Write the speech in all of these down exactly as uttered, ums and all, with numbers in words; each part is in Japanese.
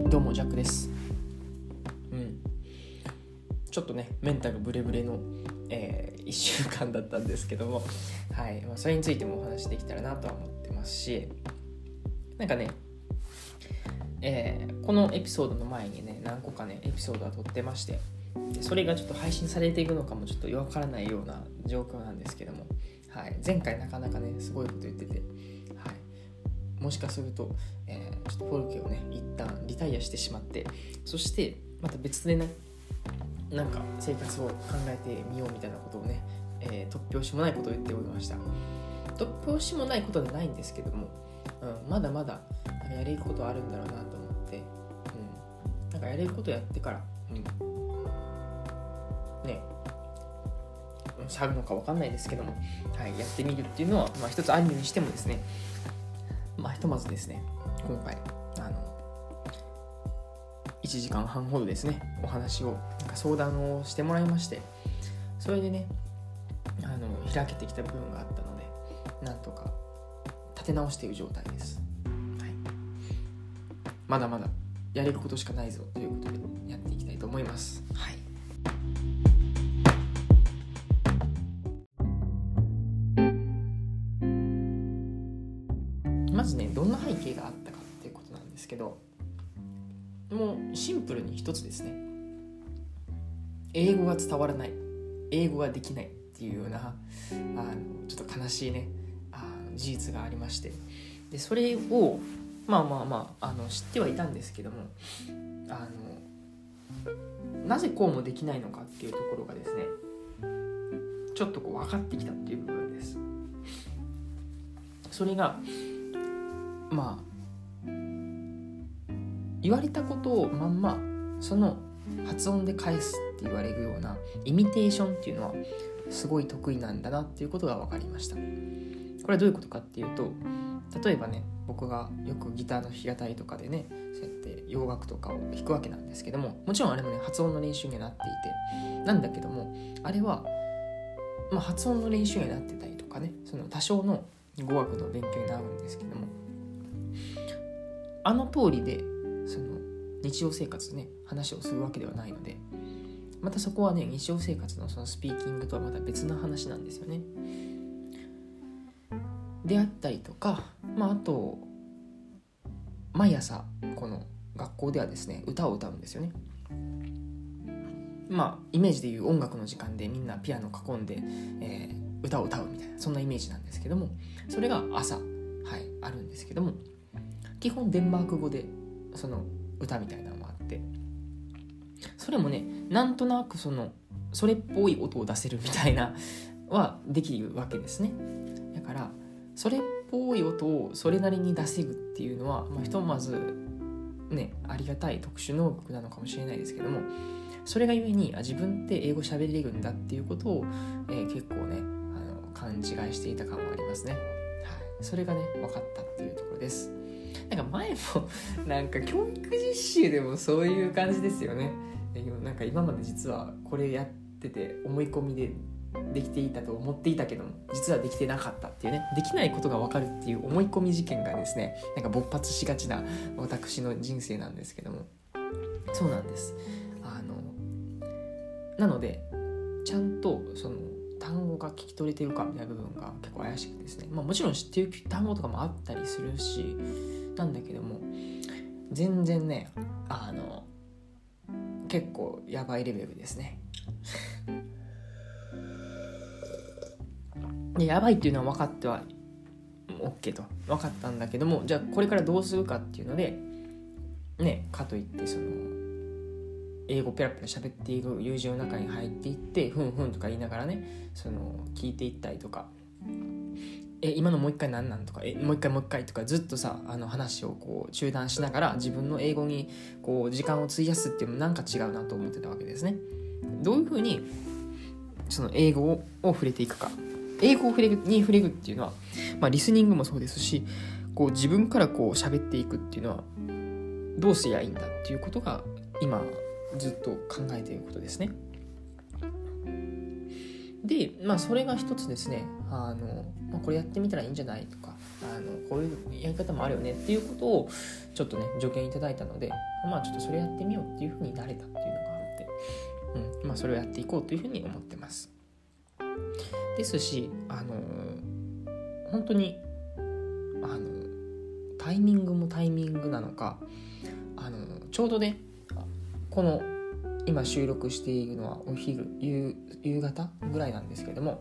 どうもジャックです。うんちょっとねメンタルブレブレの、えー、いっしゅうかんだったんですけども、はいまあ、それについてもお話しできたらなとは思ってますし、なんかね、えー、このエピソードの前にね何個かねエピソードは撮ってまして、でそれがちょっと配信されていくのかもちょっとわからないような状況なんですけども、はい、前回なかなかねすごいこと言ってて、はい、もしかすると、えー、ちょっとフォルケをね一旦リタイアしてしまって、そしてまた別でねなんか生活を考えてみようみたいなことをね、えー、突拍子もないことを言っておりました。突拍子もないことではないんですけども、うん、まだまだなんかやれることあるんだろうなと思って、うん、なんかやれることやってから、うん、ねしゃぐのか分かんないですけども、はい、やってみるっていうのは、まあ、一つあるにしてもですね、まあ、ひとまずですね今回あのいちじかんはんほどですねお話をなんか相談をしてもらいまして、それでねあの開けてきた部分があったので、なんとか立て直している状態です、はい、まだまだやれることしかないぞということでやっていきたいと思います。はい、まずねどんな背景があったかっていうことなんですけど、もうシンプルに一つですね、英語が伝わらない、英語ができないっていうようなあのちょっと悲しいねあの事実がありまして、でそれをまあまあまあ、あの知ってはいたんですけども、あのなぜこうもできないのかっていうところがですねちょっとこう分かってきたっていう部分です。それがまあ言われたことをまんまその発音で返すって言われるようなイミテーションっていうのはすごい得意なんだなっていうことが分かりました。これはどういうことかっていうと、例えばね僕がよくギターの弾き語りとかでねそうやって洋楽とかを弾くわけなんですけども、もちろんあれもね発音の練習にはなっていてなんだけども、あれは、まあ、発音の練習にはなってたりとかね、その多少の語学の勉強になるんですけども、あの通りでその日常生活でね話をするわけではないので、またそこはね日常生活のそのスピーキングとはまた別の話なんですよね。であったりとか、まああと毎朝この学校ではですね歌を歌うんですよね。まあイメージでいう音楽の時間でみんなピアノを囲んで、えー、歌を歌うみたいなそんなイメージなんですけども、それが朝はいあるんですけども、基本デンマーク語でその歌みたいなのもあって、それもねなんとなくそのそれっぽい音を出せるみたいなはできるわけですね。だからそれっぽい音をそれなりに出せるっていうのは、まあ、ひとまずねありがたい特殊能力なのかもしれないですけども、それがゆえにあ自分って英語喋れるんだっていうことを、えー、結構ねあの勘違いしていた感はありますね。はい、それがね分かったっていうところです。なんか前もなんか教育実習でもそういう感じですよね。なんか今まで実はこれやってて思い込みでできていたと思っていたけども実はできてなかったっていうね、できないことが分かるっていう思い込み事件がですねなんか勃発しがちな私の人生なんですけども、そうなんです。あのなのでちゃんとその単語が聞き取れてるかみたいな部分が結構怪しくてですね、まあ、もちろん知ってる単語とかもあったりするしなんだけども、全然ねあの結構やばいレベルですね。でやばいっていうのは分かっては OK と分かったんだけども、じゃあこれからどうするかっていうのでね、かといってその英語ペラペラ喋っている友人の中に入っていってふんふんとか言いながらねその聞いていったりとか、え今のもう一回何なんとかえもう一回もう一回とかずっとさあの話をこう中断しながら自分の英語にこう時間を費やすっていうのもなんか違うなと思ってたわけですね。どういうふうにその英語を触れていくか、英語を触れるに触れるっていうのは、まあ、リスニングもそうですし、こう自分からこう喋っていくっていうのはどうすりゃいいんだっていうことが今ずっと考えていることですね。で、まあそれが一つですね、あの、まあ、これやってみたらいいんじゃないとか、 あのこういうやり方もあるよねっていうことをちょっとね助言いただいたので、まあちょっとそれやってみようっていうふうになれたっていうのがあって、うんまあ、それをやっていこうというふうに思ってます。ですし、あの本当にあのタイミングもタイミングなのか、あのちょうどねこの今収録しているのはお昼 夕, 夕方ぐらいなんですけども、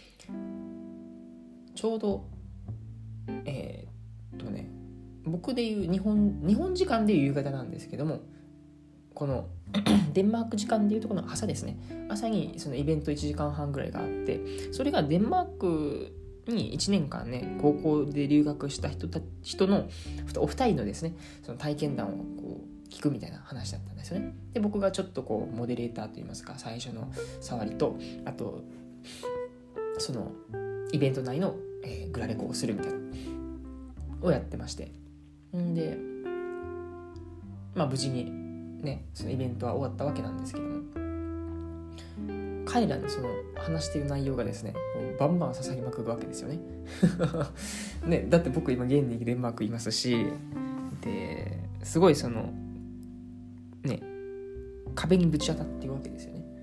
ちょうどえー、っとね僕でいう日本日本時間でいう夕方なんですけども、このデンマーク時間でいうとこの朝ですね、朝にそのイベントいちじかんはんぐらいがあって、それがデンマークにいちねんかんね高校で留学した人た人のお二人のですねその体験談をこう聞くみたいな話だったんですよね。で僕がちょっとこうモデレーターといいますか最初の触りと、あとそのイベント内の、えー、グラレコをするみたいなをやってまして、んでまあ無事にねそのイベントは終わったわけなんですけども、彼らのその話している内容がですねもうバンバン刺さりまくるわけですよねね、だって僕今現にデンマークいますし、ですごいそのね壁にぶち当たっているわけですよね。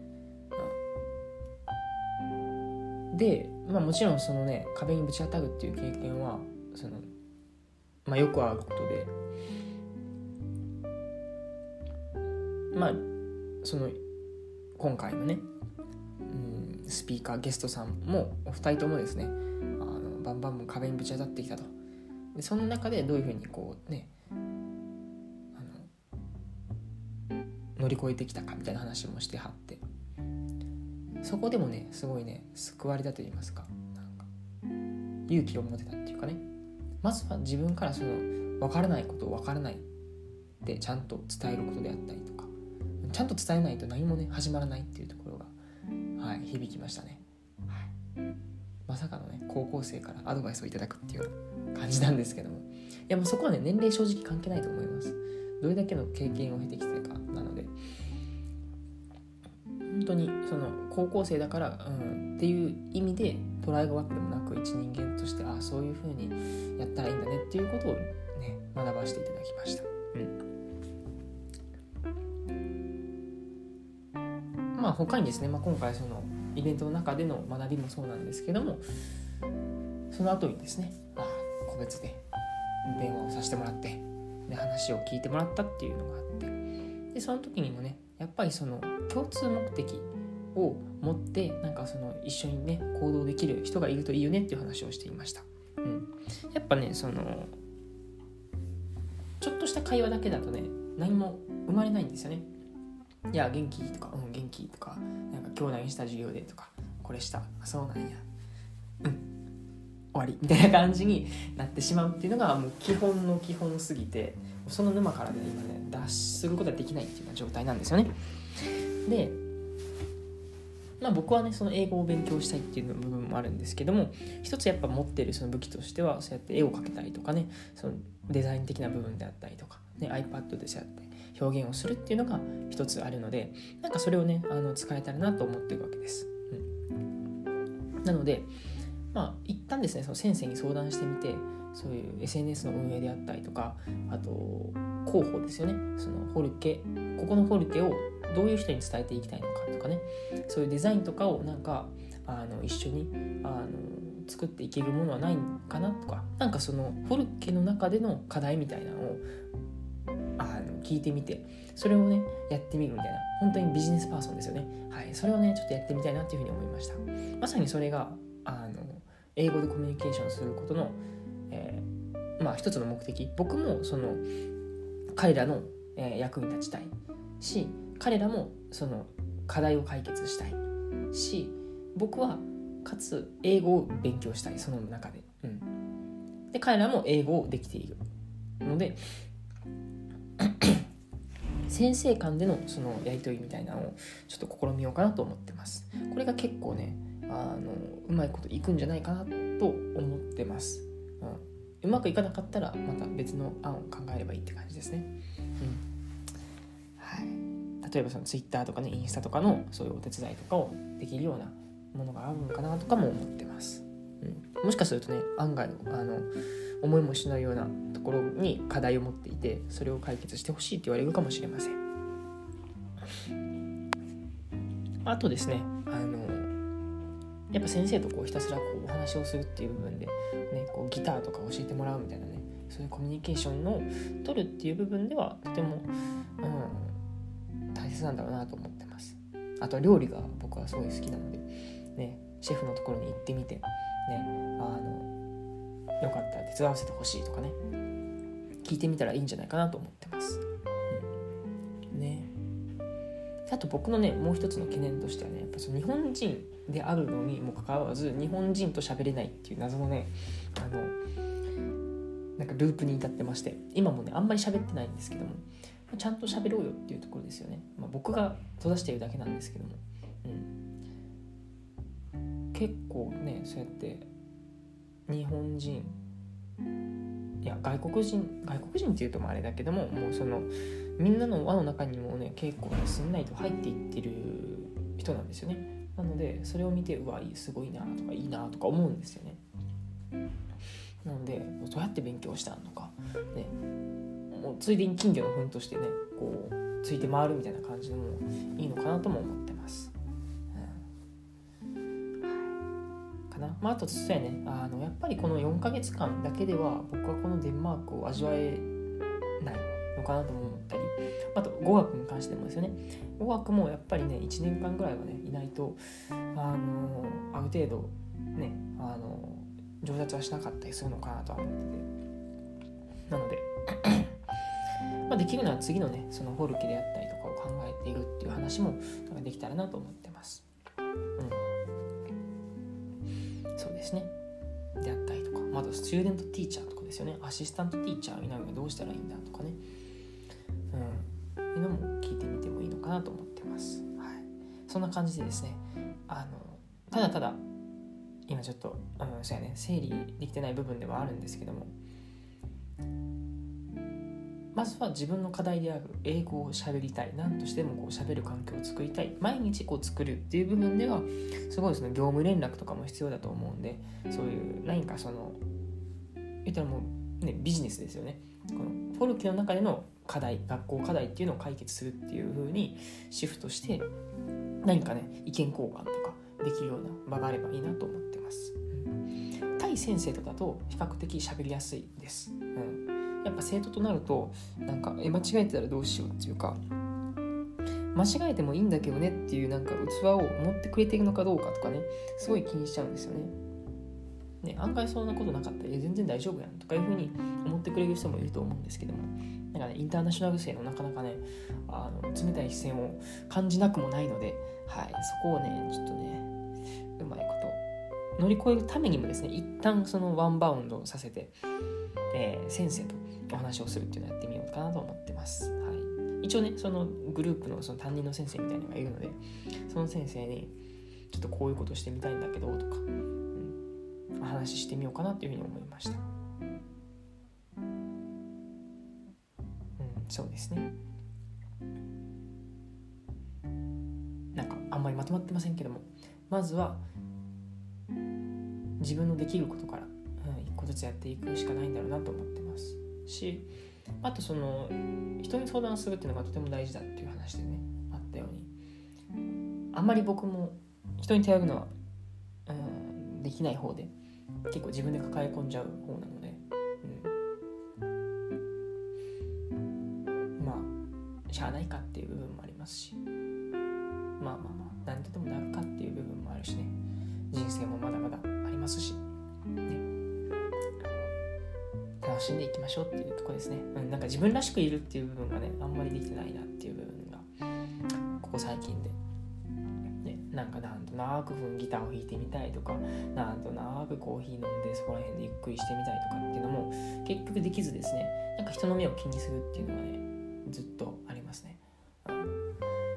で、まあ、もちろんそのね壁にぶち当たるっていう経験はその、まあ、よくあることで、まあその今回のね、うん、スピーカーゲストさんもお二人ともですねあのバンバン壁にぶち当たってきたと。でその中でどういうふうにこうねあの乗り越えてきたかみたいな話もしてはって、そこでもねすごいね救われたと言いますか、なんか勇気を持てたっていうかね、まずは自分からその分からないことを分からないってちゃんと伝えることであったりとか、ちゃんと伝えないと何もね始まらないっていうところが、はい、響きましたね、はい、まさかのね高校生からアドバイスをいただくっていう感じなんですけども、いやもうそこはね年齢正直関係ないと思います。どれだけの経験を経てきたかなので、本当にその高校生だから、うん、っていう意味で捉えるわけでもなく、一人間としてああそういう風にやったらいいんだねっていうことをね学ばせていただきました、うん、まあ他にですね、まあ、今回そのイベントの中での学びもそうなんですけども、その後にですね、まあ、個別で電話をさせてもらってで話を聞いてもらったっていうのがあって、でその時にもねやっぱりその共通目的を持ってなんかその一緒にね行動できる人がいるといいよねっていう話をしていました、うん、やっぱねそのちょっとした会話だけだとね何も生まれないんですよね。いや元気とかうん元気とかなんか今日何した授業でとかこれしたそうなんやうん終わりみたいな感じになってしまうっていうのがもう基本の基本すぎて、その沼からね今ね脱出することができないっていうような状態なんですよね。で、まあ、僕はねその英語を勉強したいっていう部分もあるんですけども、一つやっぱ持っているその武器としてはそうやって絵を描けたりとかね、そのデザイン的な部分であったりとか、ね、iPad でそうやって表現をするっていうのが一つあるので、なんかそれをねあの使えたらなと思ってるわけです、うん、なのでまあ一旦ですねその先生に相談してみて、そういう エスエヌエス の運営であったりとか、あと広報ですよね、そのフォルケここのフォルケをどういう人に伝えていきたいのかとかね、そういうデザインとかをなんかあの一緒にあの作っていけるものはないかなとか、なんかそのフォルケの中での課題みたいなのをあの聞いてみて、それをねやってみるみたいな、本当にビジネスパーソンですよね、はい、それをねちょっとやってみたいなというふうに思いました。まさにそれがあの英語でコミュニケーションすることの、えー、まあ一つの目的。僕もその彼らの、えー、役に立ちたいし、彼らもその課題を解決したいし、僕はかつ英語を勉強したい、その中で、うん、で彼らも英語をできているので先生間でのそのやり取りみたいなのをちょっと試みようかなと思ってます。これが結構ねあのうまいこといくんじゃないかなと思ってます、うん、うまくいかなかったらまた別の案を考えればいいって感じですね、うんはい、例えばそのツイッターとかねインスタとかのそういうお手伝いとかをできるようなものがあるのかなとかも思ってます、うん、もしかするとね案外あの思いもしないようなところに課題を持っていて、それを解決してほしいって言われるかもしれません。あとですね、あのやっぱ先生とこうひたすらこうお話をするっていう部分で、ね、こうギターとか教えてもらうみたいなね、そういうコミュニケーションを取るっていう部分ではとても、うん、大切なんだろうなと思ってます。あとは料理が僕はすごい好きなので、ね、シェフのところに行ってみて、ね、あのよかったら手伝わせてほしいとかね、聞いてみたらいいんじゃないかなと思ってます、うんね、あと僕のねもう一つの懸念としてはね、やっぱその日本人であるのにもかかわらず日本人と喋れないっていう謎のね、あのなんかループに至ってまして、今もねあんまり喋ってないんですけども、ちゃんと喋ろうよっていうところですよね。まあ、僕が閉ざしているだけなんですけども、うん、結構ねそうやって日本人いや外国人外国人っていうともあれだけども、もうそのみんなの輪の中にもね結構ねすんないと入っていってる人なんですよね。なのでそれを見て、うわすごいなとかいいなとか思うんですよね。なのでどうやって勉強したのとか、ね、もうついでに金魚の糞としてねこうついて回るみたいな感じでもいいのかなとも思ってます、うん、かな。まあ、あとそうやね、あのやっぱりこのよんかげつかんだけでは僕はこのデンマークを味わえないのかなとも思ったり、あと語学に関してもですよね。語学もやっぱりねいちねんかんぐらいはねいないと、あのある程度ねあの上達はしなかったりするのかなとは思ってて、なのでまあできるのは次のねそのフォルケであったりとかを考えているっていう話もできたらなと思ってます、うん、そうですね。であったりとか、まだスチューデントティーチャーとかですよね。アシスタントティーチャーになるにはどうしたらいいんだとかね、うん、いうのも聞いてみてもいいのかなと思ってます、はい、そんな感じでですね、あのただただ今ちょっと、うん、そうやね、整理できてない部分ではあるんですけども、まずは自分の課題である英語を喋りたい、何としてもこう喋る環境を作りたい、毎日こう作るっていう部分ではすごいですね、業務連絡とかも必要だと思うんで、そういう何かその言ったらもうねビジネスですよね。このフォルケの中での課題、学校課題っていうのを解決するっていう風にシフトして、何かね意見交換とかできるような場があればいいなと思ってます、うん、対先生とだと比較的喋りやすいです、うん、やっぱ生徒となるとなんかえ間違えてたらどうしようっていうか、間違えてもいいんだけどねっていうなんか器を持ってくれているのかどうかとかね、すごい気にしちゃうんですよね。ね、案外そんなことなかったら全然大丈夫やんとかいうふうに思ってくれる人もいると思うんですけども、なんかねインターナショナル生のなかなかねあの冷たい視線を感じなくもないので、はい、そこをねちょっとねうまいこと乗り越えるためにもですね、一旦そのワンバウンドさせて、えー、先生とお話をするっていうのをやってみようかなと思ってます、はい、一応ねそのグループのその担任の先生みたいなのがいるので、その先生にちょっとこういうことしてみたいんだけどとか、うん、お話ししてみようかなというふうに思いました。うん、そうですね。なんかあんまりまとまってませんけども、まずは自分のできることから、うん、一個ずつやっていくしかないんだろうなと思ってますし、あとその人に相談するっていうのがとても大事だっていう話でねあったように、あんまり僕も人に頼るのは、うん、できない方で、結構自分で抱え込んじゃう方なので、うん、まあしゃあないかっていう部分もありますし、まあまあまあ何とでもなるかっていう部分もあるしね、人生もまだまだありますし、ね、楽しんでいきましょうっていうところですね、うん、なんか自分らしくいるっていう部分がねあんまりできてないなっていう部分がここ最近で、ね、なんかなんとなくギターを弾いてみたいとか、なんとなくコーヒー飲んでそこら辺でゆっくりしてみたいとかっていうのも結局できずですね、なんか人の目を気にするっていうのがねずっとありますね、うん、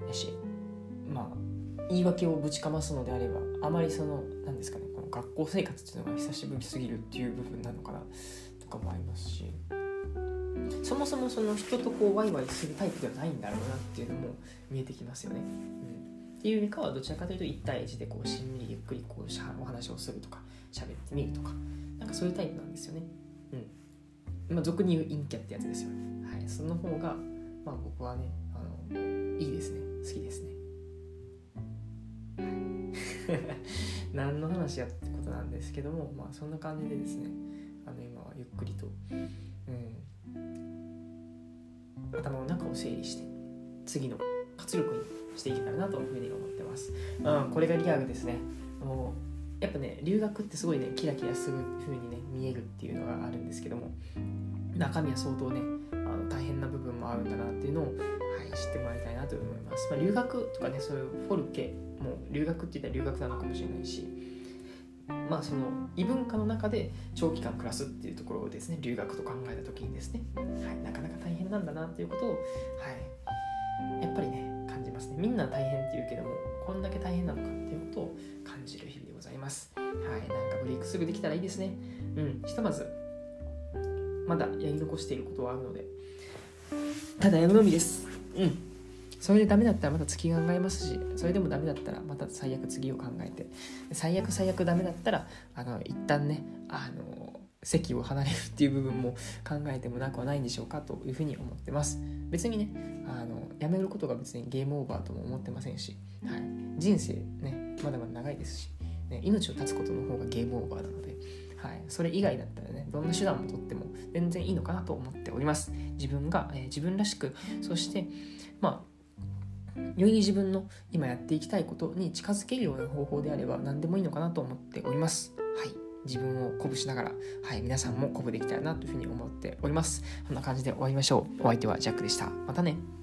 やしまあ言い訳をぶちかますのであれば、あまりその何ですかね、この学校生活っていうのが久しぶりすぎるっていう部分なのかなとかもありますし、そもそもその人とこうワイワイするタイプではないんだろうなっていうのも見えてきますよね、うん、っていうよりかはどちらかというといち対いちでこうしんみりゆっくりこうお話をするとか喋ってみるとか、 なんかそういうタイプなんですよね。うん。まあ俗に言う陰キャってやつですよ。はい。その方がまあ僕はね、あのいいですね。好きですね。はい。何の話やってことなんですけども、まあそんな感じでですね、あの今はゆっくりと、うん、頭の中を整理して次の活力にしていけたらなというふうに思ってます。うん、これがリアルですね。もうやっぱね、留学ってすごいね、キラキラする風にね見えるっていうのがあるんですけども、中身は相当ね、あの大変な部分もあるんだなっていうのを、はい、知ってもらいたいなと思います。まあ、留学とかね、そういうフォルケも留学って言ったら留学なのかもしれないし、まあその異文化の中で長期間暮らすっていうところをですね、留学と考えた時にですね、はい、なかなか大変なんだなっていうことを、はい、やっぱりね感じますね。みんな大変って言うけども、こんだけ大変なのかっていうことを感じる日々でございます。はい、なんかブレイクすぐできたらいいですね。うん、ひとまずまだやり残していることはあるので、ただやるのみです。うん。それでダメだったらまた次考えますし、それでもダメだったらまた最悪次を考えて、最悪最悪ダメだったらあの一旦ね、あの席を離れるっていう部分も考えてもなくはないんでしょうかというふうに思ってます。別にね、あのやめることが別にゲームオーバーとも思ってませんし、はい、人生ねまだまだ長いですし、ね、命を絶つことの方がゲームオーバーなので、はい、それ以外だったらね、どんな手段もとっても全然いいのかなと思っております。自分が、えー、自分らしく、そしてまあより自分の今やっていきたいことに近づけるような方法であれば何でもいいのかなと思っております。はい、自分を鼓舞しながら、はい、皆さんも鼓舞できたらなというふうに思っております。こんな感じで終わりましょう。お相手はジャックでした。またね。